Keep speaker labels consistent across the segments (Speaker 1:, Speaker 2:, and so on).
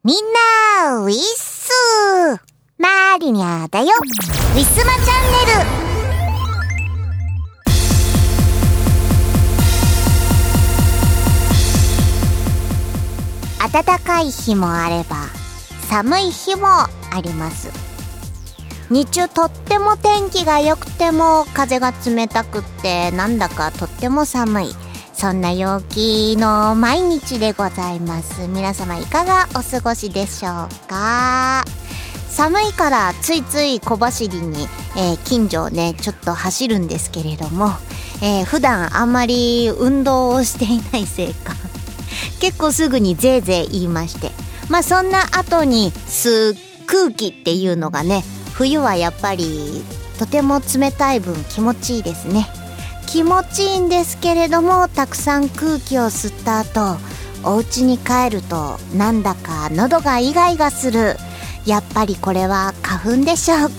Speaker 1: みんなウィッスマリニャだよ。ウィスマチャンネル。暖かい日もあれば寒い日もあります。日中とっても天気が良くても風が冷たくってなんだかとっても寒い、そんな陽気の毎日でございます。皆様いかがお過ごしでしょうか。寒いからついつい小走りに、近所をねちょっと走るんですけれども、普段あんまり運動をしていないせいか結構すぐにぜいぜい言いまして、そんな後に吸う空気っていうのがね、冬はやっぱりとても冷たい分気持ちいいですね。気持ちいいんですけれども、たくさん空気を吸った後お家に帰るとなんだか喉がイガイガする。やっぱりこれは花粉でしょうか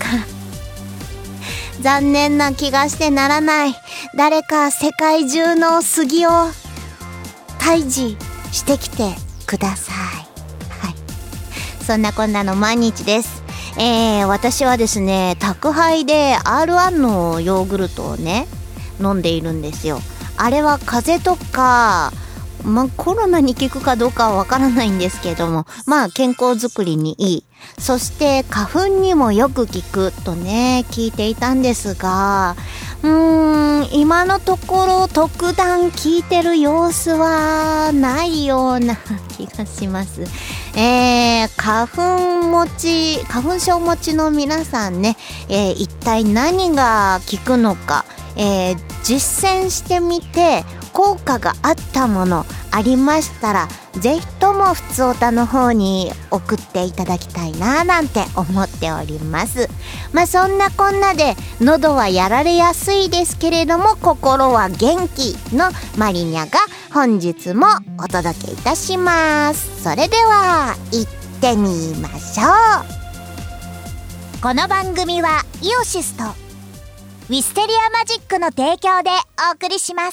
Speaker 1: 残念な気がしてならない。誰か世界中の杉を退治してきてください。はい、そんなこんなの毎日です。私はですね、宅配で R1 のヨーグルトをね飲んでいるんですよ。あれは風邪とかコロナに効くかどうかはわからないんですけども、健康づくりにいい、そして花粉にもよく効くとね聞いていたんですが、今のところ特段効いてる様子はないような気がします。花粉症持ちの皆さんね、一体何が効くのか、実践してみて効果があったものありましたらぜひともふつおたの方に送っていただきたいななんて思っております。そんなこんなで喉はやられやすいですけれども心は元気のマリニャが本日もお届けいたします。それでは行ってみましょう。この番組はイオシスとウィステリアマジックの提供でお送りします。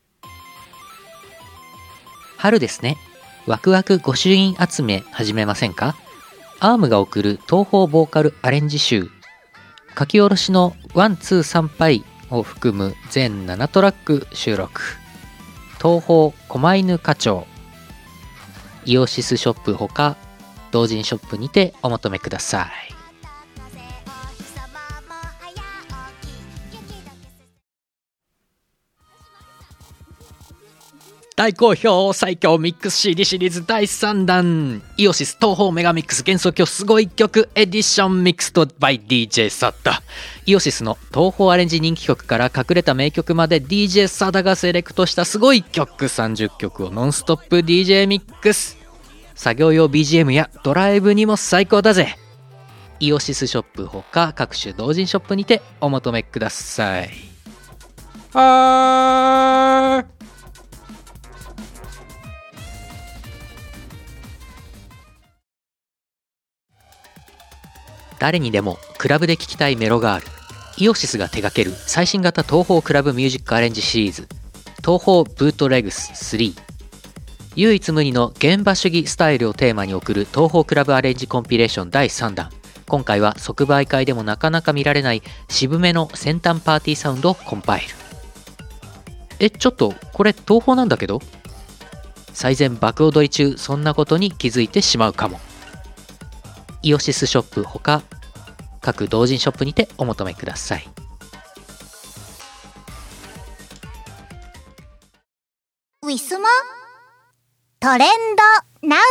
Speaker 2: 春ですね。ワクワク御朱印集め始めませんか？アームが送る東宝ボーカルアレンジ集、書き下ろしのワンツー参拝を含む全7トラック収録。東宝狛犬課長、イオシスショップほか同人ショップにてお求めください。大好評最強ミックス CD シリーズ第3弾、イオシス東宝メガミックス幻想郷すごい曲エディションミックスと by DJ サダ。イオシスの東宝アレンジ人気曲から隠れた名曲まで DJ サダがセレクトしたすごい曲30曲をノンストップ DJ ミックス。作業用 BGM やドライブにも最高だぜ。イオシスショップほか各種同人ショップにてお求めください。誰にでもクラブで聴きたいメロがある。イオシスが手掛ける最新型東宝クラブミュージックアレンジシリーズ、東宝ブートレグス3。唯一無二の現場主義スタイルをテーマに送る東宝クラブアレンジコンピレーション第3弾。今回は即売会でもなかなか見られない渋めの先端パーティーサウンドをコンパイル。ちょっとこれ東宝なんだけど、最前爆踊り中、そんなことに気づいてしまうかも。イオシスショップほか各同人ショップにてお求めください。
Speaker 1: ウィスマトレンドナウ。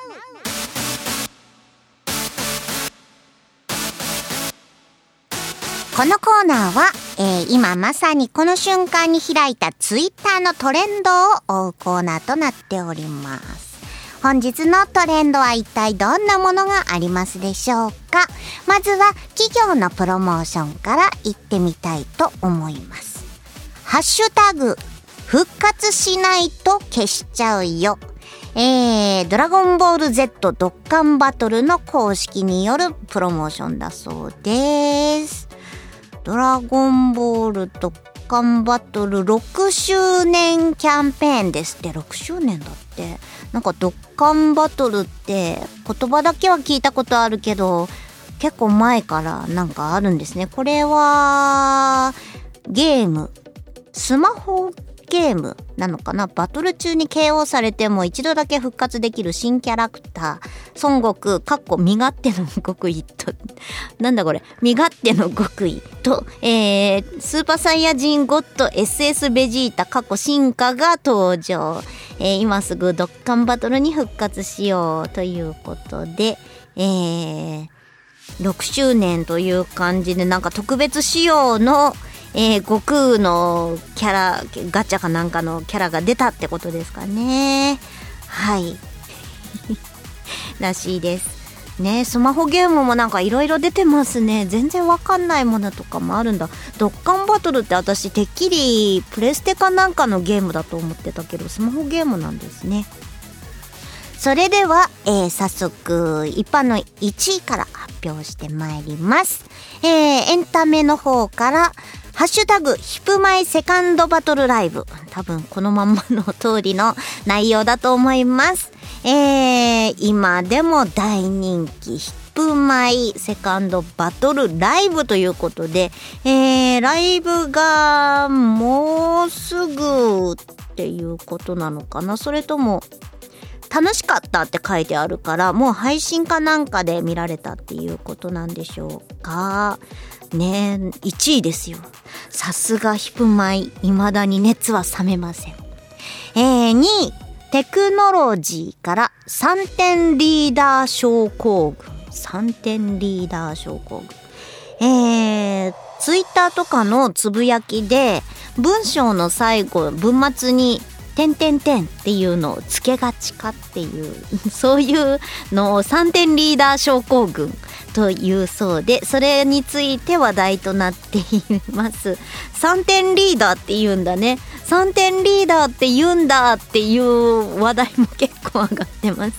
Speaker 1: このコーナーは、今まさにこの瞬間に開いたツイッターのトレンドを追うコーナーとなっております。本日のトレンドは一体どんなものがありますでしょうか。まずは企業のプロモーションから行ってみたいと思います。ハッシュタグ復活しないと消しちゃうよ。ドラゴンボール Z ドッカンバトルの公式によるプロモーションだそうです。ドラゴンボールドッカンバトル6周年キャンペーンですって。6周年だって。なんかドッカンバトルって言葉だけは聞いたことあるけど、結構前からなんかあるんですね。これはゲーム、スマホゲームなのかな。バトル中に KO されても一度だけ復活できる新キャラクター、孫悟空身勝手の極意となんだこれ、身勝手の極意と、スーパーサイヤ人ゴッド SS ベジータ進化が登場。今すぐドッカンバトルに復活しようということで、6周年という感じで、なんか特別仕様の悟空のキャラ、ガチャかなんかのキャラが出たってことですかね。はいらしいですね。スマホゲームもなんかいろいろ出てますね。全然わかんないものとかもあるんだ。ドッカンバトルって私てっきりプレステかなんかのゲームだと思ってたけど、スマホゲームなんですね。それでは、早速一般の1位から発表してまいります。エンタメの方からハッシュタグヒプマイセカンドバトルライブ、多分このまんまの通りの内容だと思います。今でも大人気ヒプマイセカンドバトルライブということで、ライブがもうすぐっていうことなのかな。それとも楽しかったって書いてあるからもう配信かなんかで見られたっていうことなんでしょうかね。1位ですよ。さすがヒプマイ、未だに熱は冷めません。2位テクノロジーから3点リーダー症候群。3点リーダー症候群。ツイッターとかのつぶやきで文章の最後、文末に点々点っていうのをつけがちかっていうそういうのを3点リーダー症候群というそうで、それについて話題となっています。3点リーダーって言うんだね。3点リーダーって言うんだっていう話題も結構上がってます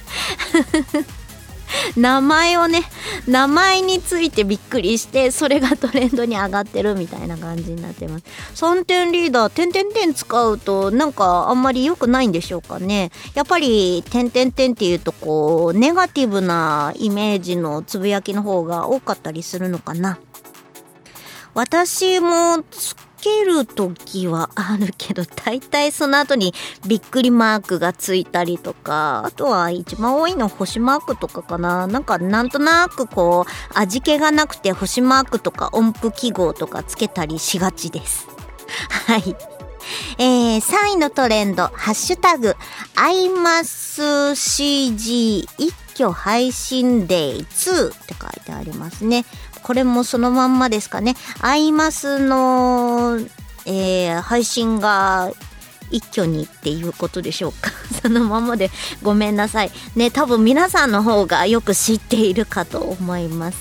Speaker 1: 名前についてびっくりして、それがトレンドに上がってるみたいな感じになってます。3点リーダー、点々点使うとなんかあんまり良くないんでしょうかね。やっぱり点々点っていうとこうネガティブなイメージのつぶやきの方が多かったりするのかな。私もつけるときはあるけど、大体その後にびっくりマークがついたりとか、あとは一番多いの星マークとかかな。なんとなくこう味気がなくて星マークとか音符記号とかつけたりしがちですはい。3位のトレンド、ハッシュタグアイマス CG 一挙配信デイ2って書いてありますね。これもそのまんまですかね。アイマスの、配信が一挙にっていうことでしょうかそのままでごめんなさいね。多分皆さんの方がよく知っているかと思います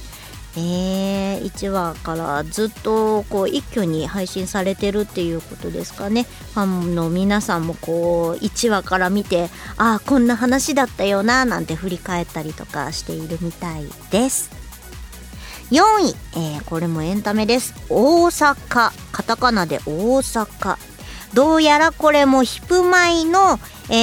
Speaker 1: 。1話からずっとこう一挙に配信されてるっていうことですかね。ファンの皆さんもこう1話から見て、ああこんな話だったよななんて振り返ったりとかしているみたいです。4位、これもエンタメです。大阪、カタカナで大阪。どうやらこれもヒプマイの、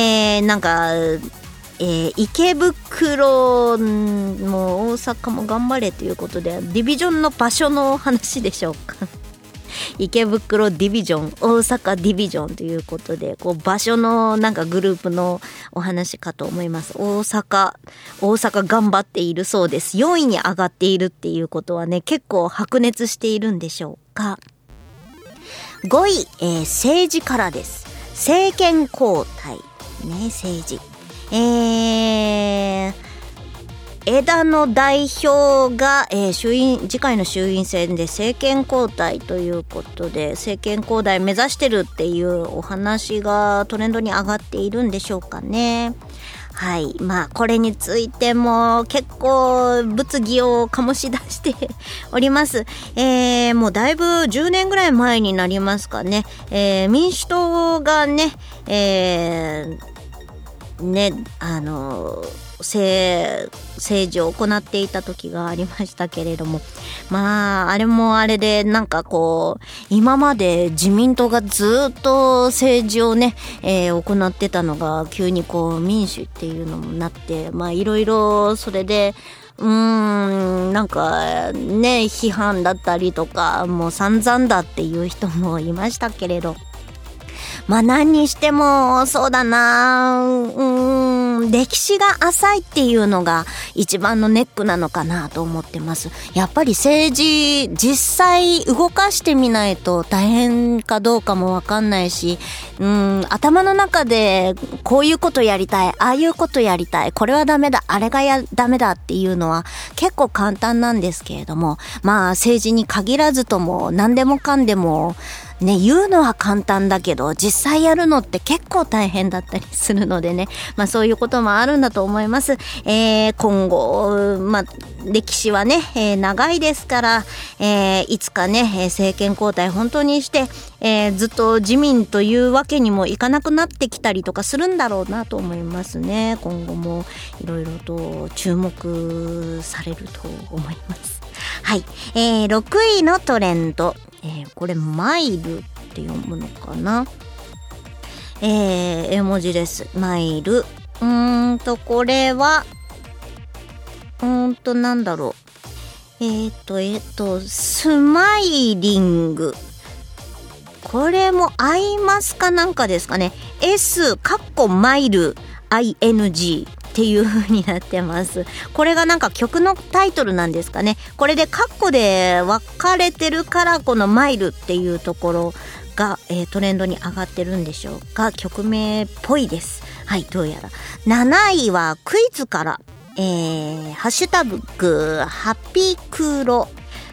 Speaker 1: 池袋も大阪も頑張れということで、ディビジョンの場所の話でしょうか池袋ディビジョン、大阪ディビジョンということで、こう場所のなんかグループのお話かと思います。大阪頑張っているそうです。4位に上がっているっていうことはね、結構白熱しているんでしょうか。5位、政治からです。政権交代ね、政治、枝野代表が、次回の衆院選で政権交代ということで、政権交代目指してるっていうお話がトレンドに上がっているんでしょうかね。はい。まあこれについても結構物議を醸し出しております。もうだいぶ10年ぐらい前になりますかね。民主党がね、 ね、政治を行っていた時がありましたけれども、まああれもあれでなんかこう今まで自民党がずっと政治をね、行ってたのが急にこう民主っていうのもなって、まあいろいろそれでなんかね批判だったりとかもう散々だっていう人もいましたけれど、まあ何にしてもそうだな、歴史が浅いっていうのが一番のネックなのかなと思ってます。やっぱり政治実際動かしてみないと大変かどうかもわかんないし、頭の中でこういうことやりたい、ああいうことやりたい、これはダメだ、あれがダメだっていうのは結構簡単なんですけれども、まあ政治に限らずとも何でもかんでもね、言うのは簡単だけど実際やるのって結構大変だったりするのでね、まあそういうこともあるんだと思います。今後、まあ歴史はね、長いですから、いつかね、政権交代本当にして、ずっと自民というわけにもいかなくなってきたりとかするんだろうなと思いますね。今後もいろいろと注目されると思います。はい、6位のトレンド、これマイルって読むのかな、絵文字です。マイル、これはなんだろう、スマイリング、これもアイマスかなんかですかね。 S かっこマイル INGっていう風になってます。これがなんか曲のタイトルなんですかね。これでカッコで分かれてるからこのマイルっていうところが、トレンドに上がってるんでしょうか。曲名っぽいです。はい、どうやら。7位はクイズから、ハッシュタグハッピークロ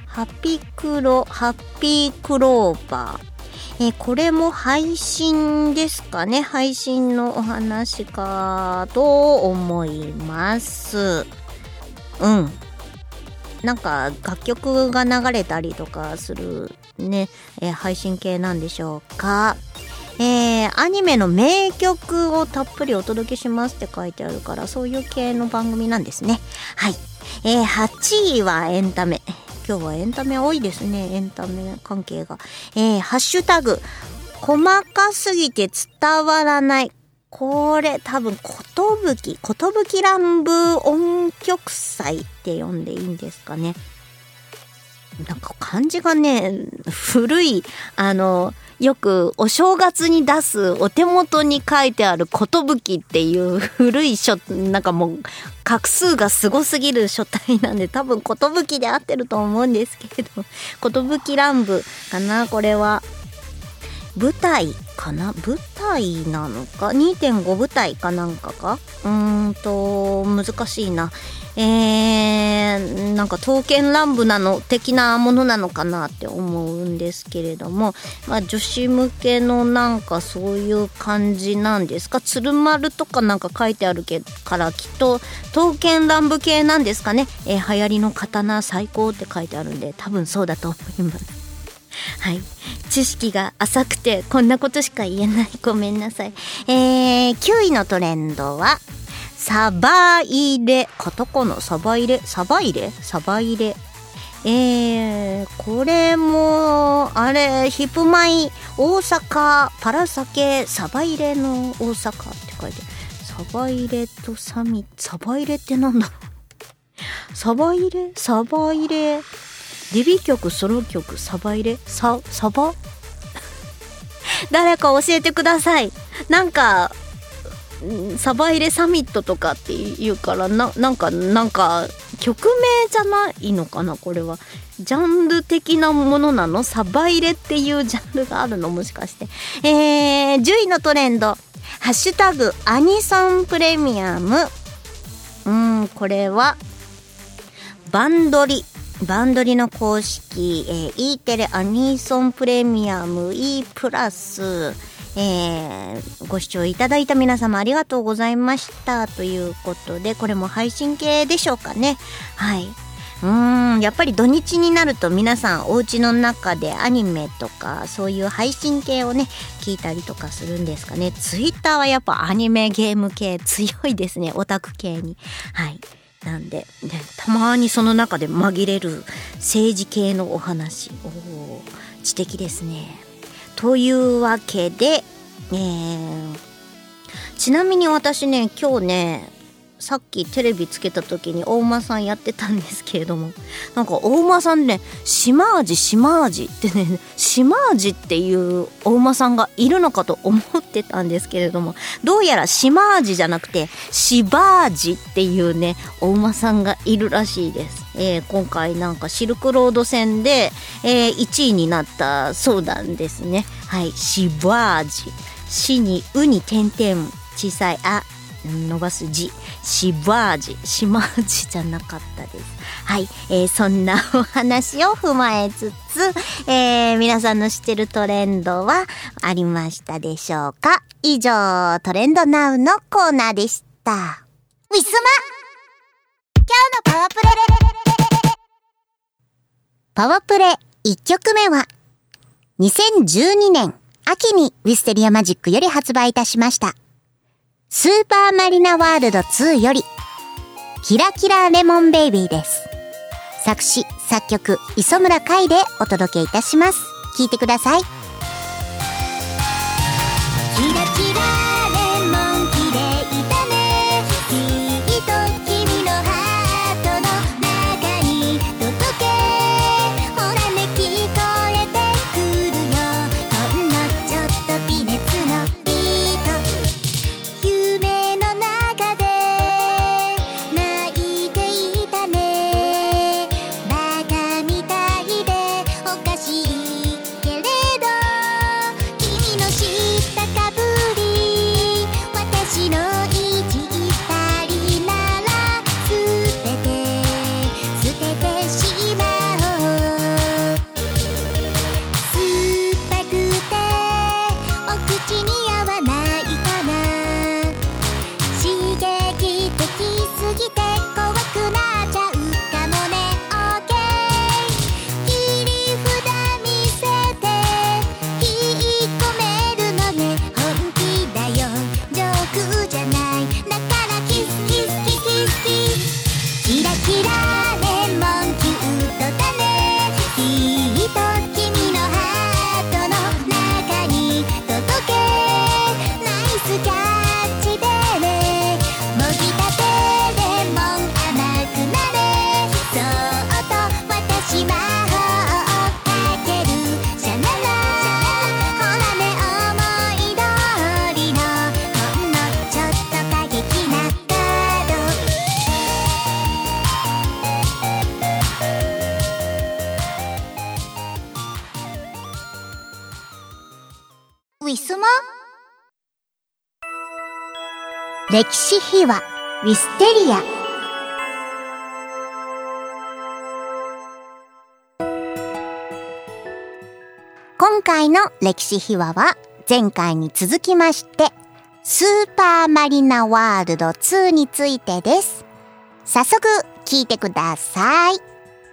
Speaker 1: ーバー、これも配信ですかね。配信のお話かと思います。なんか楽曲が流れたりとかするね、配信系なんでしょうか。アニメの名曲をたっぷりお届けしますって書いてあるから、そういう系の番組なんですね。はい。8位はエンタメ。今日はエンタメ多いですね。エンタメ関係が。ハッシュタグ細かすぎて伝わらない。これ多分寿乱舞音曲祭って読んでいいんですかね。なんか漢字がね古い、よくお正月に出すお手元に書いてある寿っていう古いなんかもう画数がすごすぎる書体なんで、多分寿で合ってると思うんですけれど、寿乱舞かな。これは舞台かな、舞台なのか 2.5 舞台かなんかか、難しいな。なんか刀剣乱舞なの的なものなのかなって思うんですけれども、まあ女子向けのなんかそういう感じなんですか。鶴丸とかなんか書いてあるからきっと刀剣乱舞系なんですかね。流行りの刀最高って書いてあるんで多分そうだと思います。はい、知識が浅くてこんなことしか言えない、ごめんなさい。9位のトレンドはサバ入れ、カタカナサバ入れ、これもあれヒップマイ大阪パラサケサバ入れの大阪って書いて、サバ入れとサバ入れってなんだろう。サバ入れデビュー曲ソロ曲サバ入れサバ誰か教えてください。なんかサバ入れサミットとかって言うからなんか曲名じゃないのかな。これはジャンル的なものなの。サバ入れっていうジャンルがあるのもしかして。10位のトレンドハッシュタグアニソンプレミアム。これはバンドリの公式、E テレアニソンプレミアム E プラス、ご視聴いただいた皆様ありがとうございましたということで、これも配信系でしょうかね。はい。 やっぱり土日になると皆さんお家の中でアニメとかそういう配信系をね聞いたりとかするんですかね。ツイッターはやっぱアニメゲーム系強いですね、オタク系に。なんで、ね、たまにその中で紛れる政治系のお話、知的ですね。というわけで、ちなみに私ね、今日ね、さっきテレビつけた時に大間さんやってたんですけれども、なんか大間さんね、島味ってね、島味っていう大間さんがいるのかと思ってたんですけれども、どうやら島味じゃなくて芝味っていうね大間さんがいるらしいです。今回なんかシルクロード戦で、1位になったそうなんですね。芝味、しにうに点々小さいあ伸ばす字、芝味、島味じゃなかったです。そんなお話を踏まえつつ、皆さんの知ってるトレンドはありましたでしょうか。以上、トレンドナウのコーナーでした。ウィスマ、今日のパワープレ。パワープレ1曲目は2012年秋にウィステリアマジックより発売いたしましたスーパーマリナワールド2よりキラキラレモンベイビーです。作詞作曲磯村海でお届けいたします。聴いてください。キラキラレモン綺麗だね、きっと君のハートの中に届け、ほらね聞こえてくるよ、ほんのちょっと微熱のビート、夢の中で泣いていたね、バカみたいでおかしいけれど、君の知ったかぶり、私の意地ったりなら捨ててしまおう。酸っぱくてお口に合わないかな、刺激的すぎて怖くなっちゃうかもね。 OK 切り札見せて引っ込めるのね、本気だよジョークじゃない、だからキスキスキスキス、キラキラレモンキュートだね、きっと君のハートの中に届け、ナイスキャッチでね、もぎたてレモン甘くなれ、そっと私魔法をかける、シャララ、ほらね思い通りのほんのちょっと過激なカード。ウィスマ歴史秘話ウィステリア。今回の歴史秘話は前回に続きましてスーパーマリナワールド2についてです。早速聞いてください。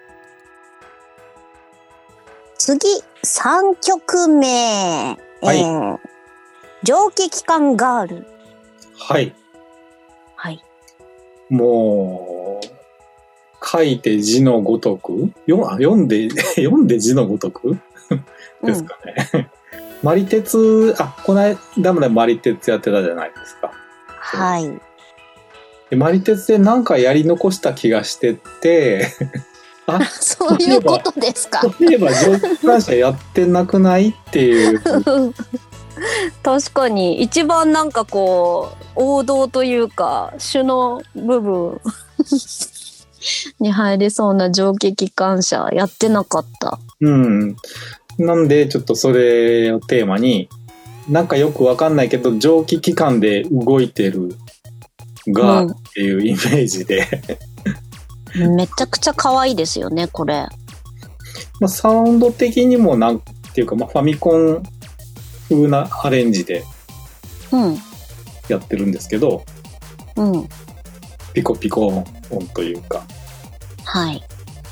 Speaker 3: 次3曲目、蒸気機関ガール。
Speaker 4: はい。
Speaker 3: はい。
Speaker 4: もう、書いて字のごとく読んで字のごとくですかね。マリテツ、この間もね、マリテツやってたじゃないですか。
Speaker 3: はい。
Speaker 4: でマリテツでなんかやり残した気がしてて、
Speaker 3: そういうことですか。
Speaker 4: そういえば蒸気機関車やってなくないっていう。
Speaker 3: 確かに一番なんかこう王道というか主の部分に入りそうな蒸気機関車やってなかった。
Speaker 4: なんでちょっとそれをテーマに、なんかよくわかんないけど蒸気機関で動いてるガーっていうイメージで、
Speaker 3: めちゃくちゃ可愛いですよねこれ。
Speaker 4: サウンド的にもなんていうか、ファミコン風なアレンジでやってるんですけど、
Speaker 3: うん、
Speaker 4: ピコピコ音というか、
Speaker 3: はい。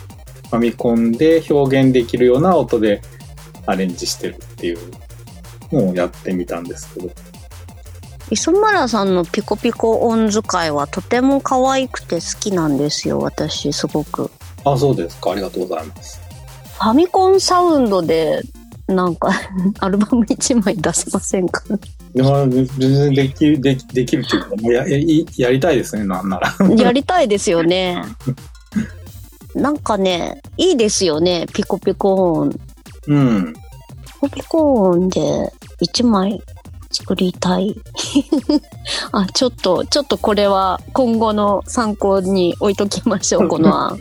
Speaker 4: ファミコンで表現できるような音でアレンジしてるっていうのをやってみたんですけど。
Speaker 3: 磯村さんのピコピコ音使いはとても可愛くて好きなんですよ、私すごく。
Speaker 4: あ、そうですか。ありがとうございます。
Speaker 3: ファミコンサウンドでなんかアルバム1枚出せませんか？
Speaker 4: でも全然できるっていうか、もうやりたいですね、なんなら。
Speaker 3: やりたいですよね。なんかね、いいですよね、ピコピコ音。
Speaker 4: うん。
Speaker 3: ピコピコ音で1枚作りたい。あ、ちょっとこれは今後の参考に置いときましょう、この案。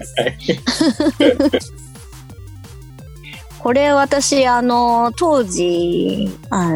Speaker 3: これ私、当時、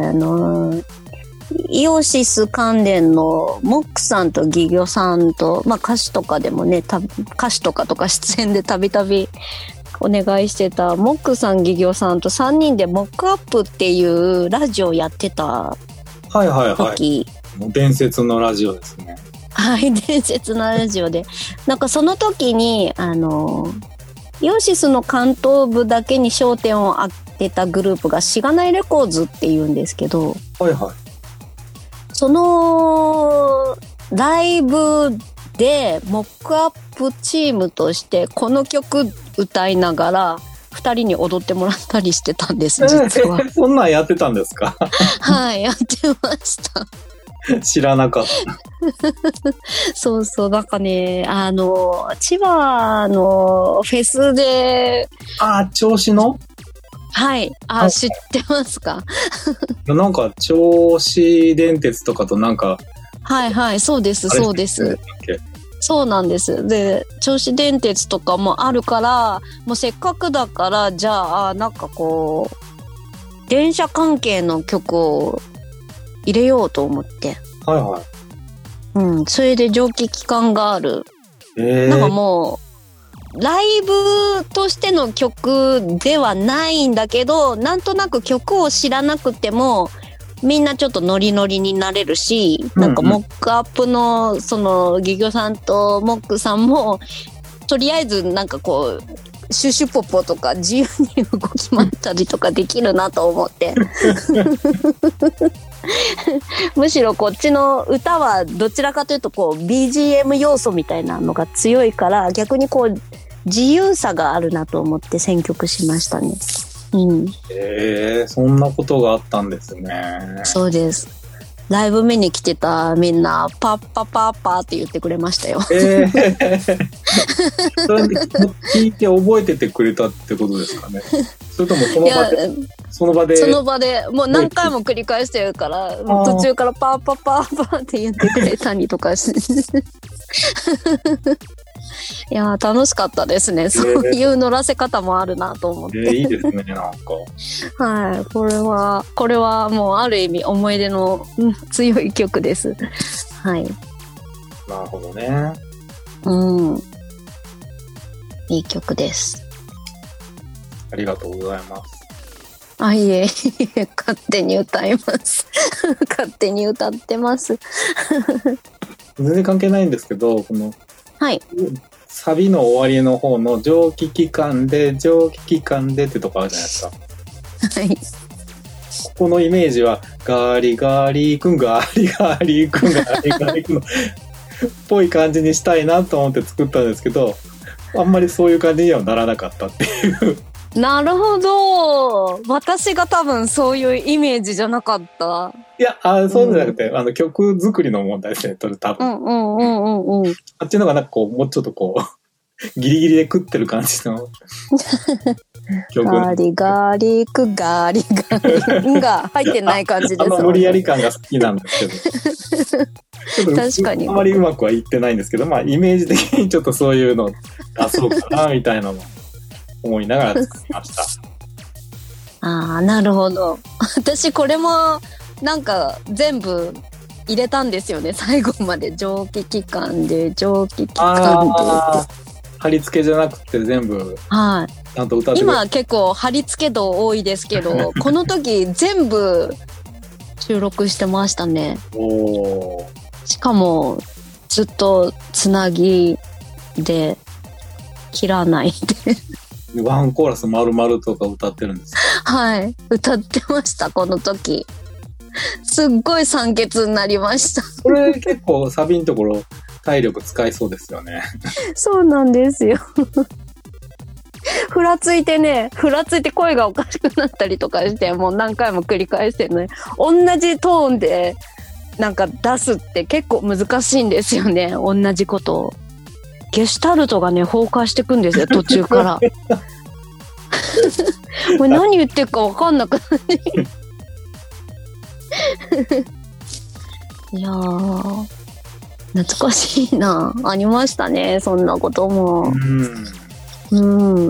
Speaker 3: イオシス関連のモックさんとギギョさんと、まあ歌手とかでもね、歌手とか出演でたびたびお願いしてたモックさんギギョさんと3人でモックアップっていうラジオやってた時。
Speaker 4: はいはいはい。もう伝説のラジオですね。
Speaker 3: はい、伝説のラジオで。なんかその時に、イオシスの関東部だけに焦点を当てたグループがしがないレコーズっていうんですけど、
Speaker 4: はいはい。
Speaker 3: そのライブでモックアップチームとしてこの曲歌いながら2人に踊ってもらったりしてたんです、実は。
Speaker 4: そんなんやってたんですか？
Speaker 3: はい、やってました。
Speaker 4: 知らなかった。
Speaker 3: そうそう、なんかね、千葉のフェスで。
Speaker 4: あ、銚子の？
Speaker 3: はい。知ってますか？
Speaker 4: なんか、銚子電鉄とかとなんか。
Speaker 3: はいはい、そうです、そうです。そうなんです。で、銚子電鉄とかもあるから、もうせっかくだから、じゃあ、なんかこう、電車関係の曲を入れようと思って。
Speaker 4: はいはい。
Speaker 3: うん、それで蒸気機関がある。なんかもう、ライブとしての曲ではないんだけど、なんとなく曲を知らなくてもみんなちょっとノリノリになれるし、なんかモックアップのそのギギョさんとモックさんもとりあえずなんかこうシュシュポポとか自由に動き回ったりとかできるなと思ってむしろこっちの歌はどちらかというとこう BGM 要素みたいなのが強いから、逆にこう自由さがあるなと思って選曲しましたね。うん。
Speaker 4: そんなことがあったんですね。
Speaker 3: そうです。ライブ見に来てたみんなパッパパッパって言ってくれましたよ。それ
Speaker 4: 聞いて覚えててくれたってことですかね。それともその場でもう何回も繰り返してるから途中からパッパパッパって言ってくれたりとかしていや楽しかったですね。そういう乗らせ方もあるなと思って。 いいですね、なんか。
Speaker 3: はい、これはもうある意味思い出の強い曲です。はい。
Speaker 4: なるほどね。
Speaker 3: うん。いい曲です。
Speaker 4: ありがとうございます。
Speaker 3: あ、いえ、勝手に歌います。勝手に歌ってます。
Speaker 4: 全然関係ないんですけど、この
Speaker 3: はい。
Speaker 4: サビの終わりの方の蒸気機関でってとこあるじゃないですか。
Speaker 3: はい。
Speaker 4: ここのイメージはガリガリ君ガリガリ君ガリガリ君っぽい感じにしたいなと思って作ったんですけど、あんまりそういう感じにはならなかったっていう。
Speaker 3: なるほど。私が多分そういうイメージじゃなかった。
Speaker 4: いや、そうじゃなくて、曲作りの問題ですね、多分。あっちのがなんかこう、もうちょっとこう、ギリギリで食ってる感じの曲。
Speaker 3: ガリガリクガリガリが入ってない感じです。
Speaker 4: 無理やり感が好きなんですけど。
Speaker 3: 確かに。
Speaker 4: あまりうまくはいってないんですけど、まあ、イメージ的にちょっとそういうの出そうかな、みたいなの思いながら作りました。
Speaker 3: ああ、なるほど。私これもなんか全部入れたんですよね、最後まで。蒸気機関でって
Speaker 4: 貼り付けじゃなくて全部
Speaker 3: はい
Speaker 4: ちゃんと歌って
Speaker 3: 今結構貼り付け度多いですけどこの時全部収録してましたね。しかもずっとつなぎで切らないで
Speaker 4: ワンコーラス丸々とか歌ってるんですか？
Speaker 3: はい。歌ってました、この時。すっごい酸欠になりました。
Speaker 4: これ結構サビのところ体力使いそうですよね。
Speaker 3: そうなんですよ。ふらついて声がおかしくなったりとかして、もう何回も繰り返してね、同じトーンでなんか出すって結構難しいんですよね、同じことを。ゲシュタルトがね、崩壊してくんですよ、途中から。これ何言ってるか分かんなくなって。いやー、懐かしいな。ありましたね、そんなことも。うん。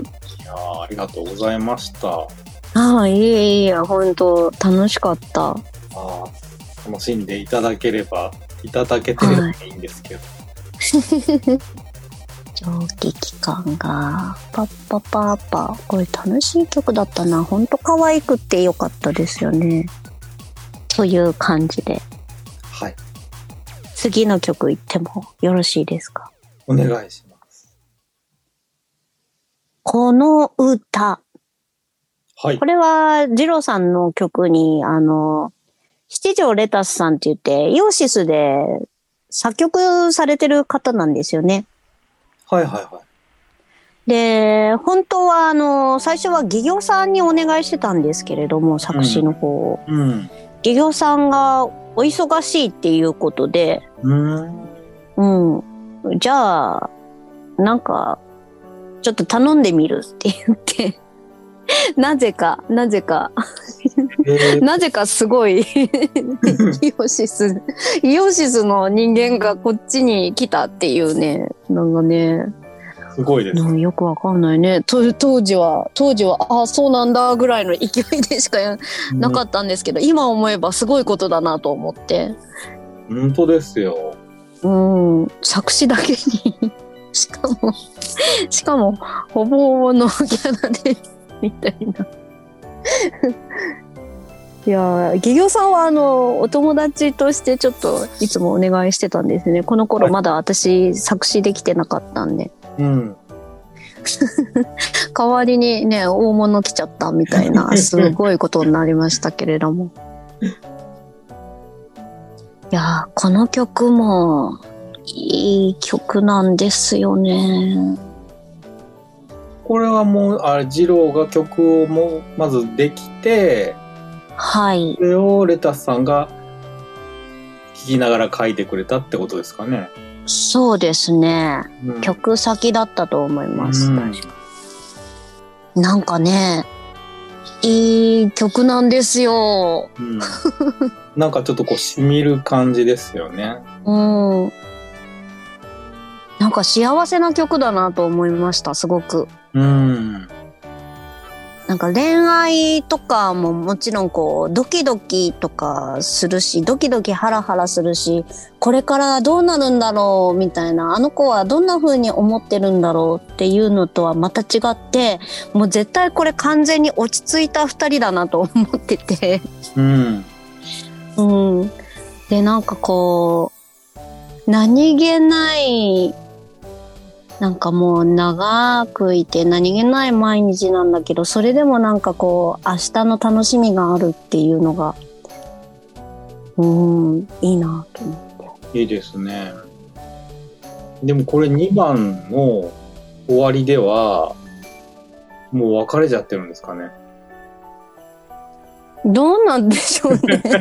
Speaker 4: いやー、ありがとうございました。
Speaker 3: ああ、いえいえ、本当楽しかった。
Speaker 4: 楽しんでいただけてればいいんですけど。
Speaker 3: 蒸気機関がパッパパーパー、これ楽しい曲だったな。ほんと可愛くってよかったですよね。という感じで、
Speaker 4: はい、
Speaker 3: 次の曲いってもよろしいですか？
Speaker 4: お願いします。
Speaker 3: この歌、
Speaker 4: はい、
Speaker 3: これはジローさんの曲に七条レタスさんって言ってイオシスで作曲されてる方なんですよね。
Speaker 4: はいはいはい。
Speaker 3: で、本当は最初はギギョさんにお願いしてたんですけれども、作詞の方を。ギギョさんがお忙しいっていうことで、じゃあ、なんか、ちょっと頼んでみるって言って、なぜかすごいイオシスの人間がこっちに来たっていうね、なんかね、
Speaker 4: すごいですね。
Speaker 3: よくわかんないね。当時はそうなんだぐらいの勢いでしかなかったんですけど、今思えばすごいことだなと思って。
Speaker 4: 本当ですよ。
Speaker 3: 作詞だけにしかもほぼほぼのギャラでみたいな。いや、ギギョさんはお友達としてちょっといつもお願いしてたんですね。この頃まだ私作詞できてなかったんで。代わりにね、大物来ちゃったみたいな、すごいことになりましたけれども。いや、この曲もいい曲なんですよね。
Speaker 4: これはもうジローが曲をまずできて、
Speaker 3: はい。
Speaker 4: それをレタスさんが聴きながら書いてくれたってことですかね。
Speaker 3: そうですね。曲先だったと思います。なんかね、いい曲なんですよ。
Speaker 4: なんかちょっとこう染みる感じですよね。
Speaker 3: なんか幸せな曲だなと思いました、すごく。なんか恋愛とかももちろんこうドキドキとかするし、ドキドキハラハラするし、これからどうなるんだろうみたいな、あの子はどんな風に思ってるんだろうっていうのとはまた違って、もう絶対これ完全に落ち着いた二人だなと思ってて。で、なんかこう、何気ない、なんかもう長くいて何気ない毎日なんだけど、それでもなんかこう明日の楽しみがあるっていうのがいいなと思って。
Speaker 4: いいですね。でもこれ2番の終わりではもう別れちゃってるんですかね。
Speaker 3: どうなんでしょうね。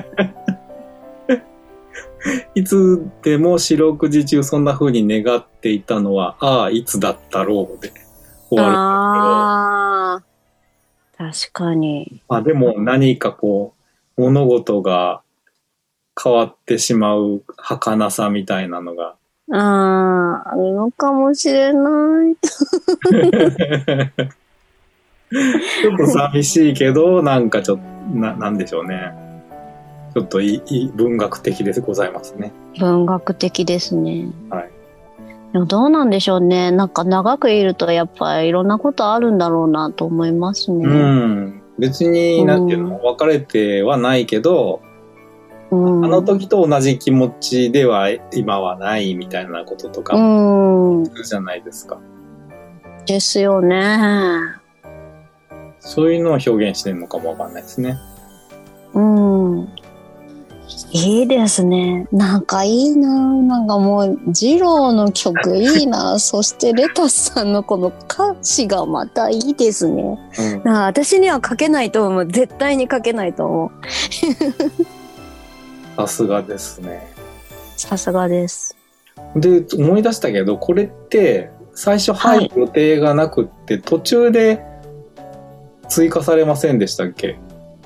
Speaker 4: いつでも四六時中そんな風に願っていたのは、いつだったろうで終わるん
Speaker 3: ですけど。確かに。
Speaker 4: でも何かこう物事が変わってしまう儚さみたいなのが
Speaker 3: あるのかもしれない。
Speaker 4: ちょっと寂しいけど、なんかちょっとなんでしょうね。ちょっといい文学的でございますね。
Speaker 3: 文学的ですね。
Speaker 4: はい。
Speaker 3: でもどうなんでしょうね。なんか長くいるとやっぱりいろんなことあるんだろうなと思いますね。
Speaker 4: 別になんていうの、別れてはないけど、あの時と同じ気持ちでは今はないみたいなこととかもじゃないですか。
Speaker 3: ですよね。
Speaker 4: そういうのを表現してるのかもわかんないですね。
Speaker 3: いいですね。なんかいいな。なんかもう二郎の曲いいな。そしてレタスさんのこの歌詞がまたいいですね。なんか私には書けないと思う。絶対に書けないと思う。
Speaker 4: さすがですね。
Speaker 3: さすがです。
Speaker 4: で、思い出したけど、これって最初入る予定がなくって、途中で追加されませんでしたっけ？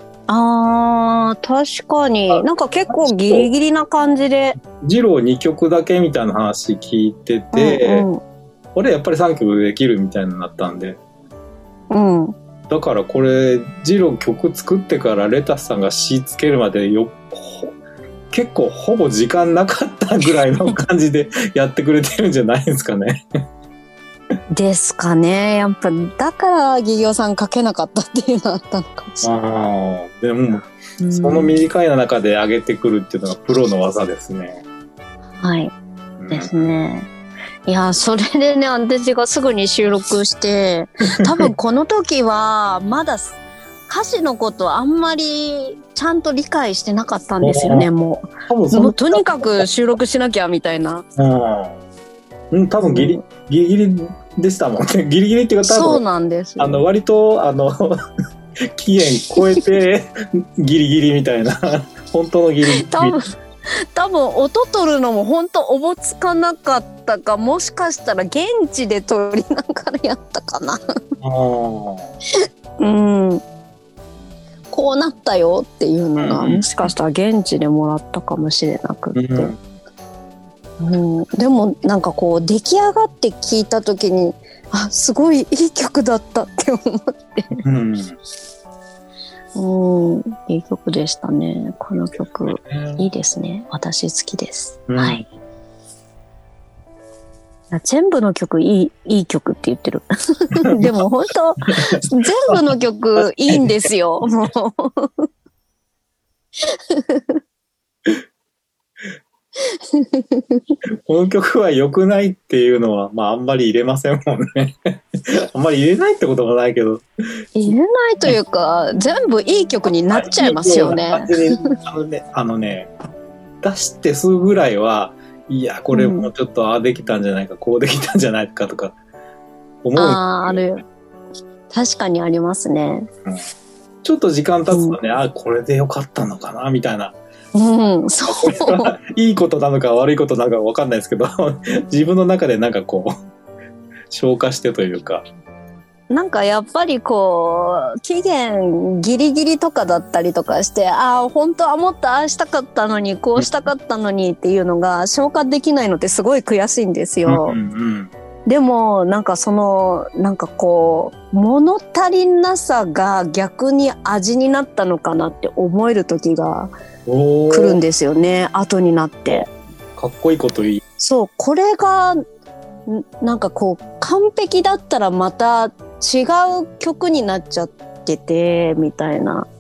Speaker 3: 確かに。なんか結構ギリギリな感じで。
Speaker 4: 二郎2曲だけみたいな話聞いてて、俺やっぱり3曲できるみたいになったんで。だからこれ、二郎曲作ってからレタスさんが詞つけるまで結構ほぼ時間なかったぐらいの感じでやってくれてるんじゃないですかね。
Speaker 3: ですかね。やっぱだから企業さん書けなかったっていうのあったのかもしれない。
Speaker 4: でも、その短い中で上げてくるっていうのがプロの技ですね。
Speaker 3: はい。ですね。いや、それでね、私がすぐに収録して、多分この時はまだ歌詞のことあんまりちゃんと理解してなかったんですよね、もうとにかく収録しなきゃみたいな。
Speaker 4: 多分ギリギリでしたもんね。ギリギリっていうか多分
Speaker 3: そうなんです。
Speaker 4: 割と期限超えてギリギリみたいな本当のギリギリ。
Speaker 3: 多分音取るのも本当おぼつかなかったか、もしかしたら現地で撮りながらやったかな。こうなったよっていうのが、もしかしたら現地でもらったかもしれなくって。でもなんかこう出来上がって聞いた時に、すごいいい曲だったって思って。いい曲でしたね。この曲いいですね。私好きです。はい。全部の曲いい曲って言ってる。でも本当全部の曲いいんですよ。もう。
Speaker 4: この曲は良くないっていうのは、あんまり入れませんもんね。あんまり入れないってこともないけど。
Speaker 3: 入れないというか、全部いい曲になっちゃいますよね。
Speaker 4: 出してすぐぐらいは、いや、これもうちょっと、できたんじゃないか、こうできたんじゃないかとか、思う。
Speaker 3: ある。確かにありますね。
Speaker 4: ちょっと時間経つとね、これでよかったのかな、みたいな。
Speaker 3: そう。
Speaker 4: いいことなのか悪いことなのか分かんないですけど、自分の中でなんかこう消化してというか、
Speaker 3: なんかやっぱりこう期限ギリギリとかだったりとかして、本当はもっとしたかったのに、こうしたかったのにっていうのが消化できないのってすごい悔しいんですよ。でもなんかなんかこう物足りなさが逆に味になったのかなって思える時が来るんですよね、後になって。
Speaker 4: かっこいいこといい。
Speaker 3: そう、これがなんかこう完璧だったらまた違う曲になっちゃっててみたいな。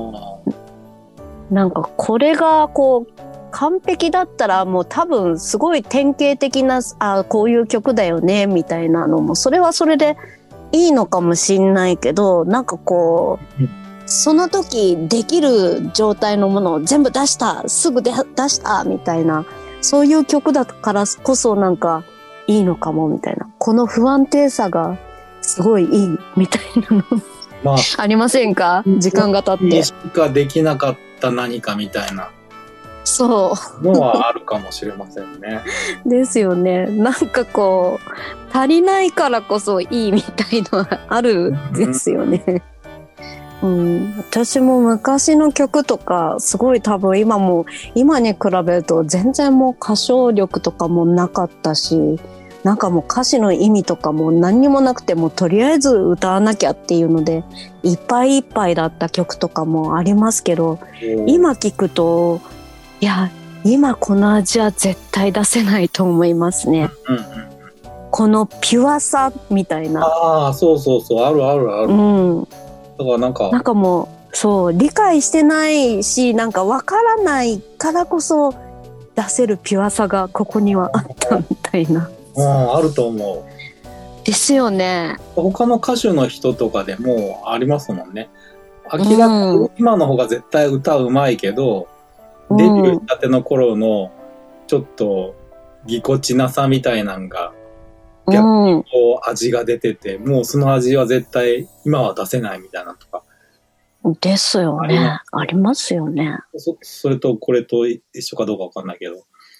Speaker 3: なんかこれがこう完璧だったらもう多分すごい典型的なこういう曲だよねみたいなのもそれはそれでいいのかもしんないけど、なんかこうその時できる状態のものを全部出したすぐ出したみたいな、そういう曲だからこそなんかいいのかもみたいな、この不安定さがすごいいいみたいなの、ありませんか？時間が経ってし
Speaker 4: かできなかった何かみたいな
Speaker 3: そう
Speaker 4: のはあるかもしれませんね。
Speaker 3: ですよね。なんかこう足りないからこそいいみたいのはあるんですよね。私も昔の曲とかすごい多分今に比べると全然もう歌唱力とかもなかったし、なんかもう歌詞の意味とかも何にもなくてもとりあえず歌わなきゃっていうのでいっぱいいっぱいだった曲とかもありますけど、今聞くといや今この味は絶対出せないと思いますね。このピュアさみたいな。
Speaker 4: そうあるある。だからなんか
Speaker 3: もうそう理解してないし、なんかわからないからこそ出せるピュアさがここにはあったみたいな。
Speaker 4: あると思う。
Speaker 3: ですよね。
Speaker 4: 他の歌手の人とかでもありますもんね。明らかに今の方が絶対歌うまいけど、デビューしたての頃のちょっとぎこちなさみたいなんが逆にこう味が出てて、もうその味は絶対今は出せないみたいなとか。
Speaker 3: ですよね。ありますよね。
Speaker 4: それとこれと一緒かどうかわかんないけど。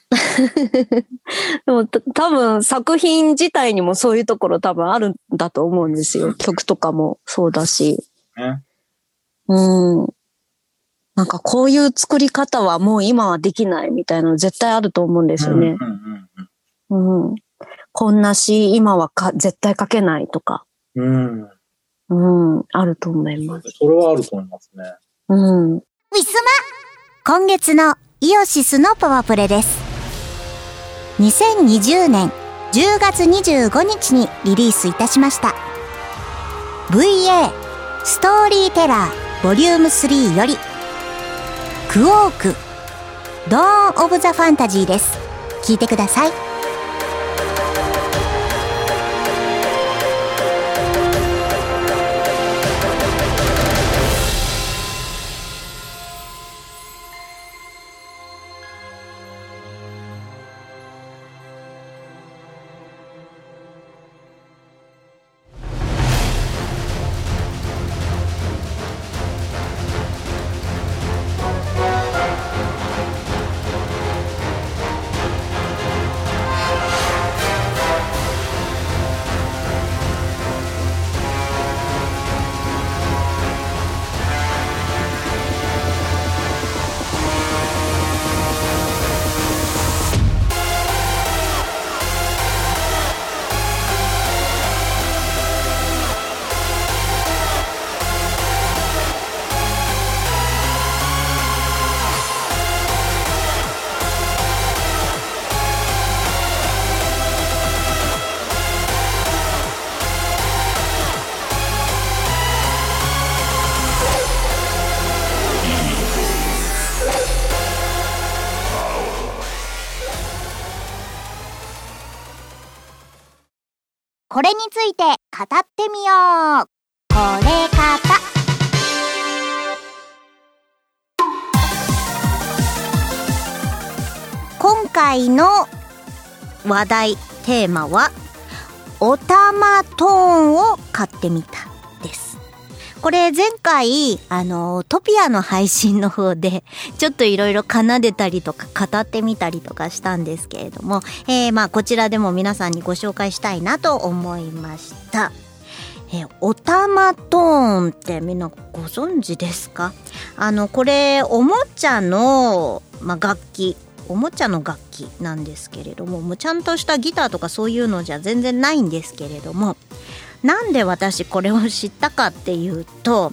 Speaker 3: でも多分作品自体にもそういうところ多分あるんだと思うんですよ。曲とかもそうだし。
Speaker 4: ね、
Speaker 3: なんかこういう作り方はもう今はできないみたいなの絶対あると思うんですよね。こんな詩今は絶対書けないとか。あると思います。
Speaker 4: それはあると思いますね。
Speaker 1: ウィスマ、今月のイオシスのパワプレです。2020年10月25日にリリースいたしました。VA ストーリーテラーボリューム3よりクオークドーンオブザファンタジーです。聞いてください。これについて語ってみよう。これ方。今回の話題テーマはオタマトーンを買ってみたです。これ前回トピアの配信の方でちょっといろいろ奏でたりとか語ってみたりとかしたんですけれども、こちらでも皆さんにご紹介したいなと思いました。オタマトーンってみんなご存知ですか？これおもちゃの、楽器なんですけれども、もうちゃんとしたギターとかそういうのじゃ全然ないんですけれども、なんで私これを知ったかっていうと、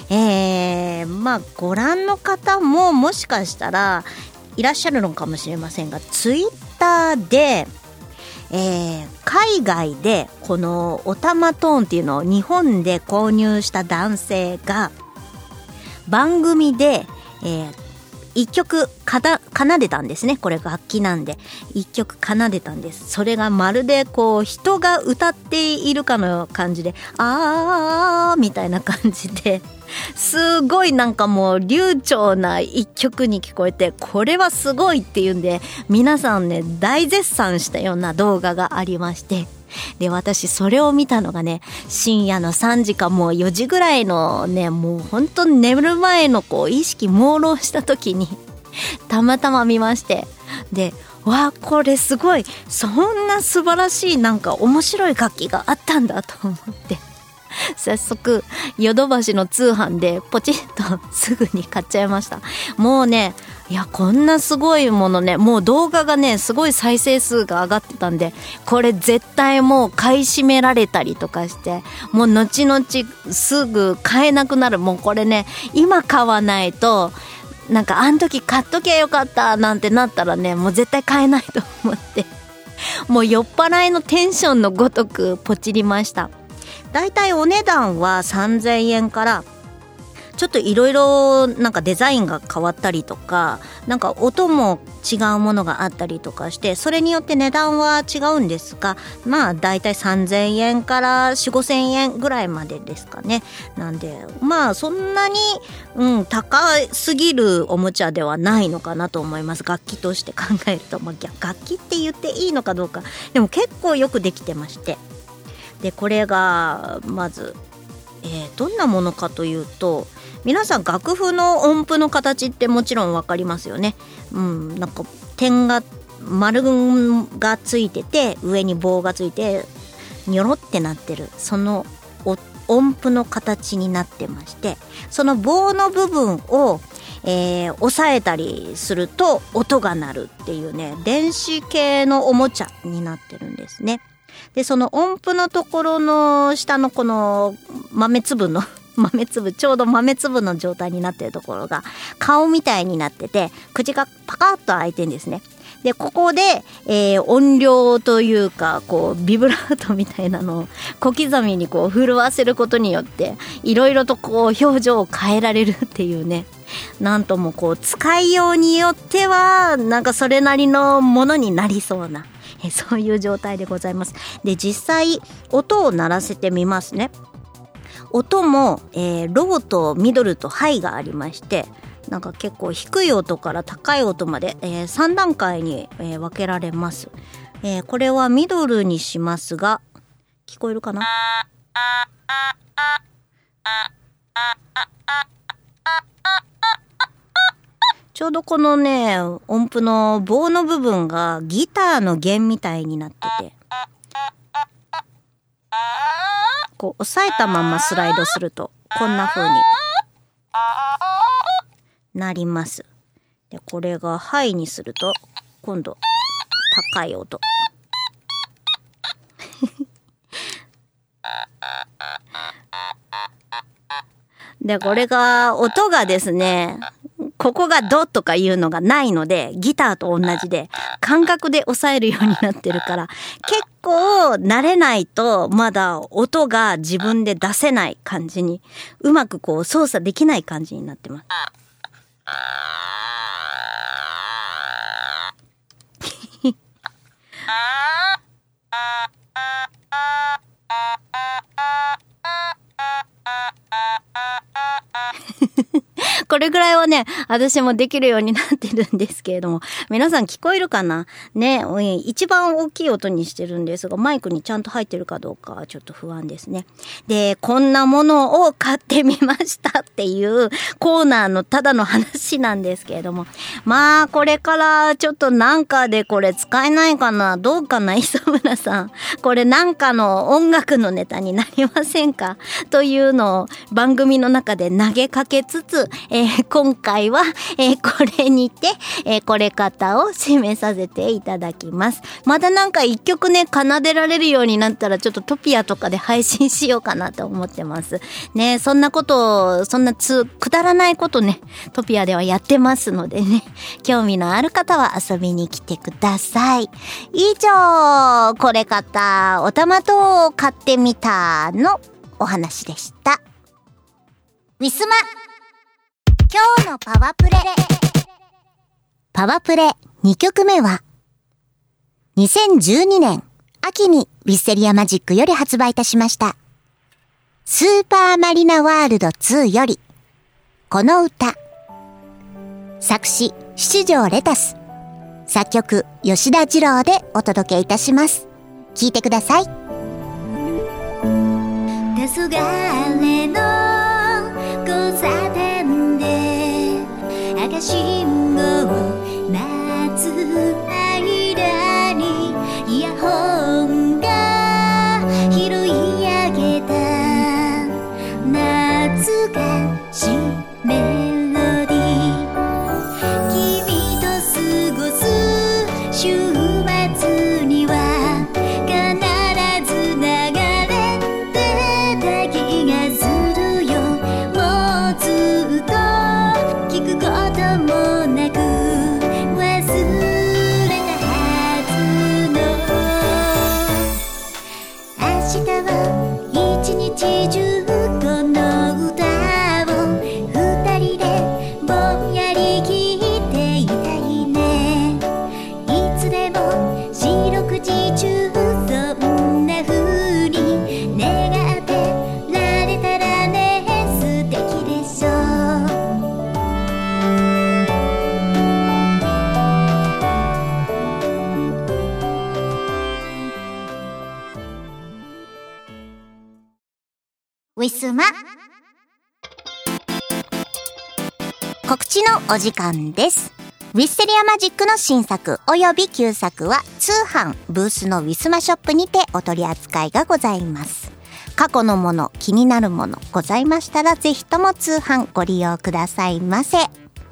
Speaker 1: ご覧の方ももしかしたらいらっしゃるのかもしれませんが、ツイッターで、海外でこのオタマトーンっていうのを日本で購入した男性が番組で、一曲奏でたんですね。これ楽器なんで一曲奏でたんです。それがまるでこう人が歌っているかの感じで、あーみたいな感じですごいなんかもう流暢な一曲に聞こえて、これはすごいっていうんで皆さんね大絶賛したような動画がありまして、で私それを見たのがね深夜の3時かもう4時ぐらいのね、もう本当に寝る前のこう意識朦朧した時にたまたま見まして、でわあこれすごい、そんな素晴らしいなんか面白い楽器があったんだと思って早速ヨドバシの通販でポチッとすぐに買っちゃいました。もうね、いやこんなすごいものね、もう動画がねすごい再生数が上がってたんで、これ絶対もう買い占められたりとかして、もう後々すぐ買えなくなる。もうこれね今買わないとなんかあん時買っときゃよかったなんてなったらね、もう絶対買えないと思ってもう酔っ払いのテンションのごとくポチりました。だいたいお値段は3000円からちょっといろいろなんかデザインが変わったりとか、なんか音も違うものがあったりとかして、それによって値段は違うんですが、まあだいたい3000円から4、5000円ぐらいまでですかね。なんでまあそんなに、高すぎるおもちゃではないのかなと思います。楽器として考えると、楽器って言っていいのかどうか、でも結構よくできてまして、でこれがまず、どんなものかというと、皆さん楽譜の音符の形ってもちろん分かりますよね。なんか点が丸がついてて、上に棒がついてニョロってなってる、その音符の形になってまして、その棒の部分を、押さえたりすると音が鳴るっていうね、電子系のおもちゃになってるんですね。でその音符のところの下のこの豆粒のちょうど豆粒の状態になってるところが顔みたいになってて、口がパカッと開いてるんですね。でここで、音量というかこうビブラートみたいなのを小刻みにこう震わせることによっていろいろとこう表情を変えられるっていうね、なんともこう使いようによってはなんかそれなりのものになりそうな、そういう状態でございます。で実際音を鳴らせてみますね。音も、ローとミドルとハイがありまして、なんか結構低い音から高い音まで、3段階に、分けられます。これはミドルにしますが、聞こえるかな？ちょうどこのね、音符の棒の部分がギターの弦みたいになってて、こう押さえたままスライドするとこんな風になります。でこれがハイにすると今度高い音でこれが音がですね、ここがドとかいうのがないので、ギターと同じで感覚で押さえるようになってるから、結構慣れないとまだ音が自分で出せない感じに、うまくこう操作できない感じになってます。これぐらいはね、私もできるようになってるんですけれども、皆さん聞こえるかなね。一番大きい音にしてるんですが、マイクにちゃんと入ってるかどうかちょっと不安ですね。で、こんなものを買ってみましたっていうコーナーのただの話なんですけれども、まあこれからちょっとなんかでこれ使えないかな、どうかな、磯村さん、これなんかの音楽のネタになりませんかというのを番組の中で投げかけつつ、今回は、これにて、これ方を締めさせていただきます。またなんか一曲ね、奏でられるようになったらちょっとトピアとかで配信しようかなと思ってますね。そんなことそんなくだらないことね、トピアではやってますのでね、興味のある方は遊びに来てください。以上、これ方おたまとを買ってみたのお話でした。ウィスマ今日のパワプレ。パワプレ2曲目は、2012年秋にウィッセリアマジックより発売いたしました。スーパーマリナワールド2より、この歌。作詞、七条レタス。作曲、吉田二郎でお届けいたします。聴いてください。
Speaker 5: 黄昏の交差点で赤信号を待つ間にイヤホンが拾い上げた懐かしいメロディー、君と過ごす週末には必ず流れてた気がするよ。もうずっと聞くこともなく忘れたはずの、明日を一日中この歌を
Speaker 1: ウィスマ告知のお時間です。ウィッセリアマジックの新作および旧作は通販ブースのウィスマショップにてお取り扱いがございます。過去のもの、気になるものございましたらぜひとも通販ご利用くださいませ。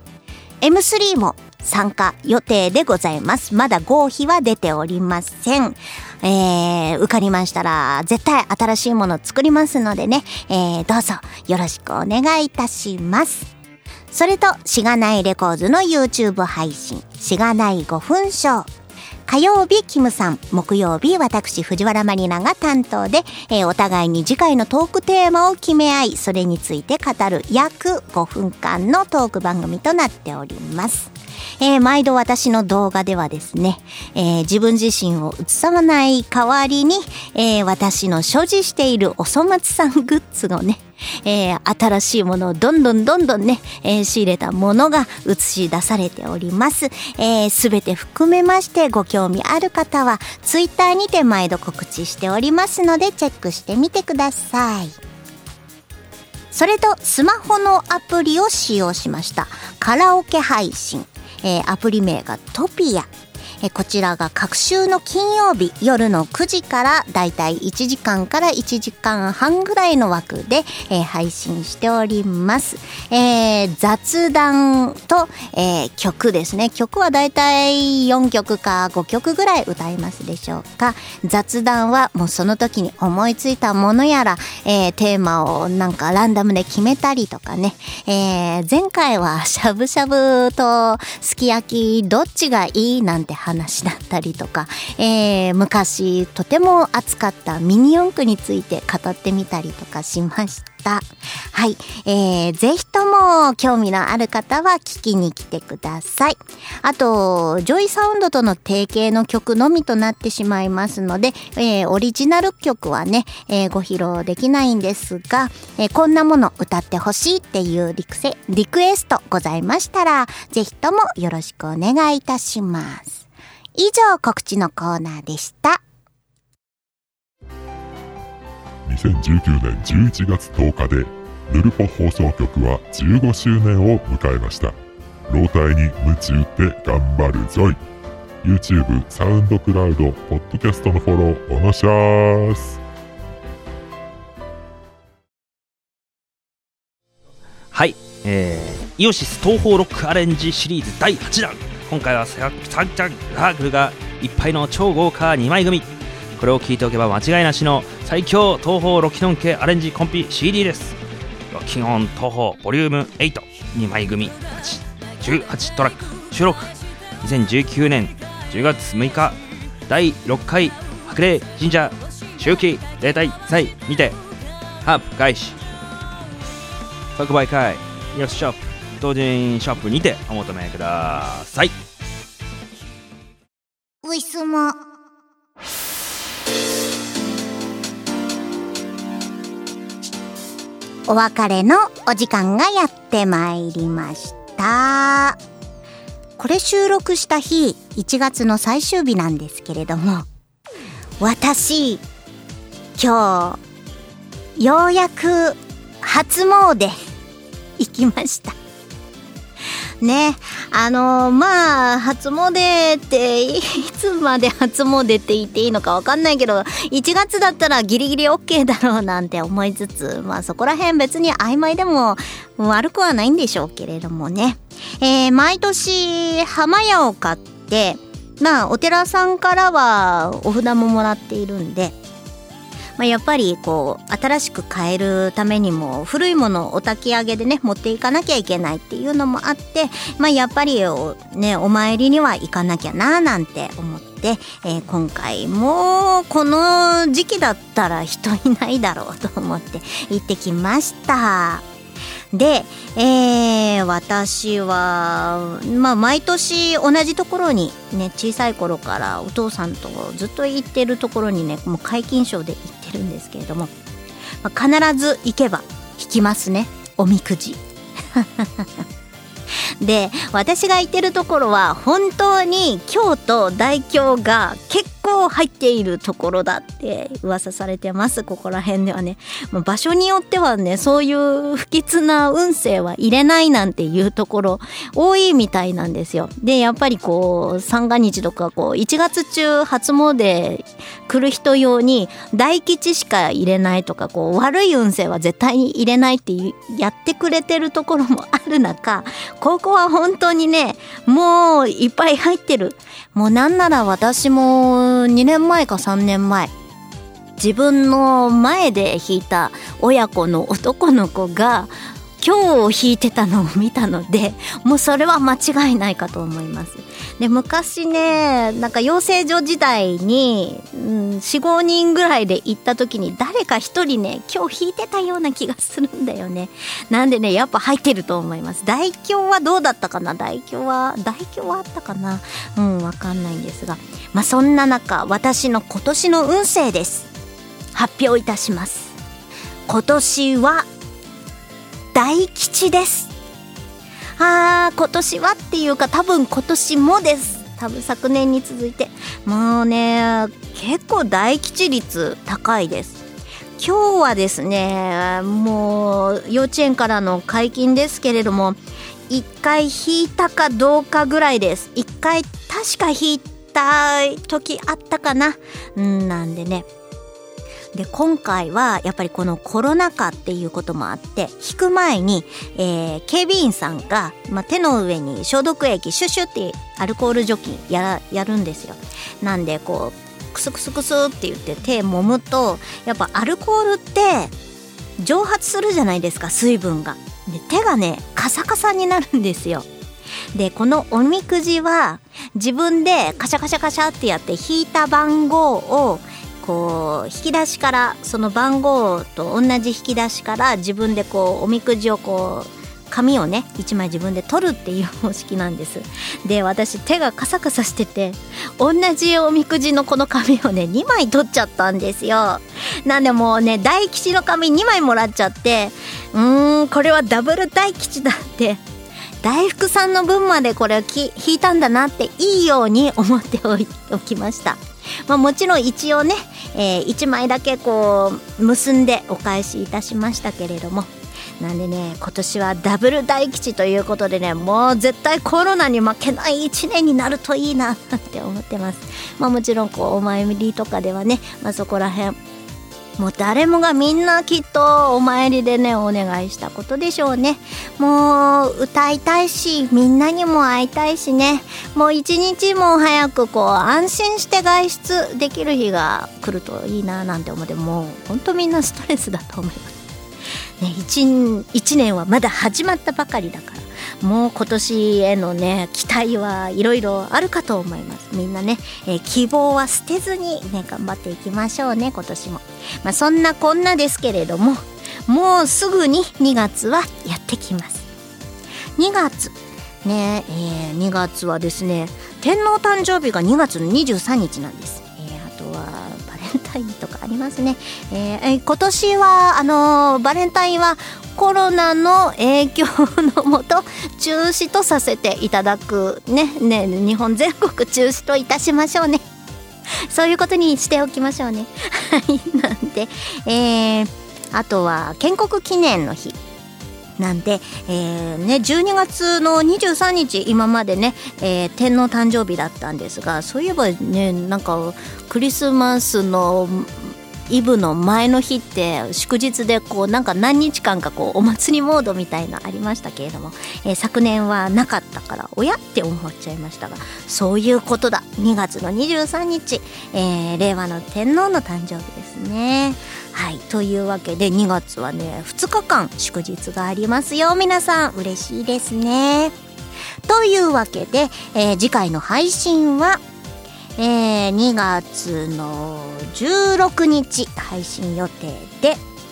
Speaker 1: M3 も参加予定でございます。まだ合否は出ておりません。受かりましたら絶対新しいものを作りますのでね、どうぞよろしくお願いいたします。それとしがないレコーズの YouTube 配信しがない5分ショー、火曜日キムさん、木曜日私藤原マリナが担当で、お互いに次回のトークテーマを決め合いそれについて語る約5分間のトーク番組となっております。毎度私の動画ではですね、自分自身を映さない代わりに、私の所持しているおそ松さんグッズのね、新しいものをどんどんね、仕入れたものが映し出されております。すべて含めましてご興味ある方はツイッターにて毎度告知しておりますのでチェックしてみてください。それとスマホのアプリを使用しましたカラオケ配信、アプリ名がトピア。こちらが各週の金曜日夜の9時からだいたい1時間から1時間半ぐらいの枠で、配信しております。雑談と、曲ですね。曲はだいたい4曲か5曲ぐらい歌いますでしょうか。雑談はもうその時に思いついたものやら、テーマをなんかランダムで決めたりとかね、前回はしゃぶしゃぶとすき焼きどっちがいいなんて話だったりとか、昔とても熱かったミニ四駆について語ってみたりとかしました。はい、ぜひとも興味のある方は聞きに来てください。あとジョイサウンドとの提携の曲のみとなってしまいますので、オリジナル曲はね、ご披露できないんですが、こんなもの歌ってほしいっていうリクエストございましたらぜひともよろしくお願いいたします。以上告知のコーナーでした。
Speaker 6: 2019年11月10日でヌルポ放送局は15周年を迎えました。老体に鞭打って頑張るぞい。 YouTube、サウンドクラウド、ポッドキャストのフォローおのしゃーす。
Speaker 7: はい、イオシス東方ロックアレンジシリーズ第8弾。今回はサンチャンラークルがいっぱいの超豪華2枚組。これを聞いておけば間違いなしの最強東方ロキノン系アレンジコンピ CD です。ロキノン東方ボリューム8、2枚組18トラック収録。2019年10月6日第6回白麗神社秋季例大祭にてハープ開始。即売会イオシスショップ同人ショップにてお求めください。
Speaker 1: ウィスマお別れのお時間がやってまいりました。これ収録した日1月の最終日なんですけれども、私今日ようやく初詣行きましたね。まあ初詣っていつまで初詣って言っていいのかわかんないけど、1月だったらギリギリ OK だろうなんて思いつつ、まあそこら辺別に曖昧でも悪くはないんでしょうけれどもね。毎年浜屋を買って、まあお寺さんからはお札ももらっているんで、まあ、やっぱりこう新しく買えるためにも古いものをお焚き上げでね持っていかなきゃいけないっていうのもあって、まあ、やっぱりお参りには行かなきゃななんて思って、今回もこの時期だったら人いないだろうと思って行ってきました。で、私は、まあ、毎年同じところにね、小さい頃からお父さんとずっと行ってるところにね、もう皆勤賞で行ってるんですけれども、まあ、必ず行けば引きますね、おみくじで、私が行ってるところは本当に京都大京が結構入っているところだって噂されてます。ここら辺ではね、もう場所によってはね、そういう不吉な運勢は入れないなんていうところ多いみたいなんですよ。でやっぱりこう三が日とかこう1月中初詣来る人用に大吉しか入れないとか、こう悪い運勢は絶対に入れないってやってくれてるところもある中、ここは本当にね、もういっぱい入ってる。もうなんなら私も2年前か3年前、自分の前で弾いた親子の男の子が今日弾いてたのを見たので、もうそれは間違いないかと思います。で昔ね、なんか養成所時代に、4、5人ぐらいで行った時に誰か一人ね、今日弾いてたような気がするんだよね。なんでね、やっぱ入ってると思います。大凶はどうだったかな、大凶はあったかな、わかんないんですが、まあそんな中、私の今年の運勢です。発表いたします。今年は大吉です。今年はっていうか、多分今年もです。多分昨年に続いてもうね、結構大吉率高いです。今日はですね、もう幼稚園からの解禁ですけれども、1回弾いたかどうかぐらいです。1回確か弾いた時あったかな。なんでね、で今回はやっぱりこのコロナ禍っていうこともあって、弾く前に、警備員さんが、手の上に消毒液シュシュってアルコール除菌やるんですよ。なんでこうクスクスクスって言って手揉むと、やっぱアルコールって蒸発するじゃないですか、水分が。で手がねカサカサになるんですよ。でこのおみくじは自分でカシャカシャカシャってやって引いた番号をこう引き出しから、その番号と同じ引き出しから自分でこうおみくじをこう紙をね1枚自分で取るっていう方式なんです。で私手がカサカサしてて、同じおみくじのこの紙をね2枚取っちゃったんですよ。なんでもうね、大吉の紙2枚もらっちゃって、これはダブル大吉だって、大福さんの分までこれを引いたんだなっていいように思っておきました。もちろん一応ね、1枚だけこう結んでお返しいたしましたけれども、なんでね、今年はダブル大吉ということでね、もう絶対コロナに負けない1年になるといいなって思ってます。もちろんこうお参りとかではね、そこら辺もう誰もがみんなきっとお参りでねお願いしたことでしょうね。もう歌いたいし、みんなにも会いたいしね、もう一日も早くこう安心して外出できる日が来るといいななんて思って、もう本当みんなストレスだと思いますね。1年はまだ始まったばかりだから、もう今年へのね期待はいろいろあるかと思います。みんなね、希望は捨てずにね頑張っていきましょうね、今年も。そんなこんなですけれども、もうすぐに2月はやってきます。2月ね、2月はですね、天皇誕生日が2月の23日なんです。あとはバレンタインとかありますね。今年はバレンタインはコロナの影響のもと中止とさせていただくね、日本全国中止といたしましょうね。そういうことにしておきましょうね。なんで、あとは建国記念の日なんで、12月の23日今までね、天皇誕生日だったんですが、そういえばね、なんかクリスマスのイブの前の日って祝日でこうなんか何日間かこうお祭りモードみたいなありましたけれども、昨年はなかったからおやって思っちゃいましたが、そういうことだ、2月の23日、令和の天皇の誕生日ですね。はい、というわけで2月はね2日間祝日がありますよ。皆さん嬉しいですね。というわけで、次回の配信は2月の16日配信予定で、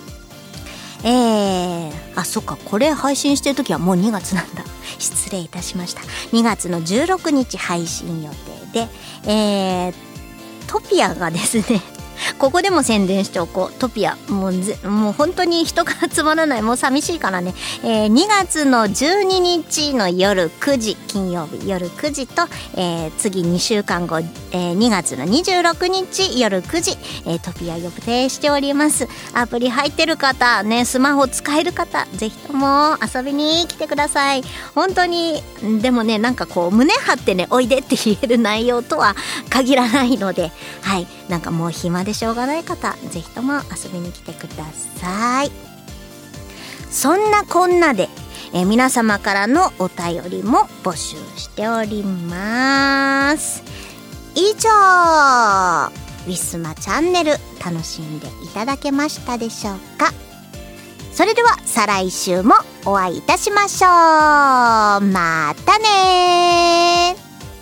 Speaker 1: そっか、これ配信してる時はもう2月なんだ。失礼いたしました。2月の16日配信予定で、トピアがですねここでも宣伝しておこう。トピアもう本当に人が集まらない、もう寂しいからね。2月の12日の夜9時、金曜日夜9時と、次2週間後、2月の26日夜9時、トピア予定しております。アプリ入ってる方ね、スマホ使える方、ぜひとも遊びに来てください。本当にでもね、なんかこう胸張ってね、おいでって言える内容とは限らないので、はい、なんかもう暇でしょうがない方、ぜひとも遊びに来てください。そんなこんなで、皆様からのお便りも募集しております。以上、ウィスマチャンネル楽しんでいただけましたでしょうか。それでは再来週もお会いいたしましょう。またね。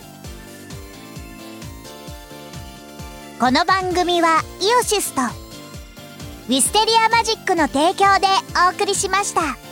Speaker 1: この番組はイオシスとウィステリアマジックの提供でお送りしました。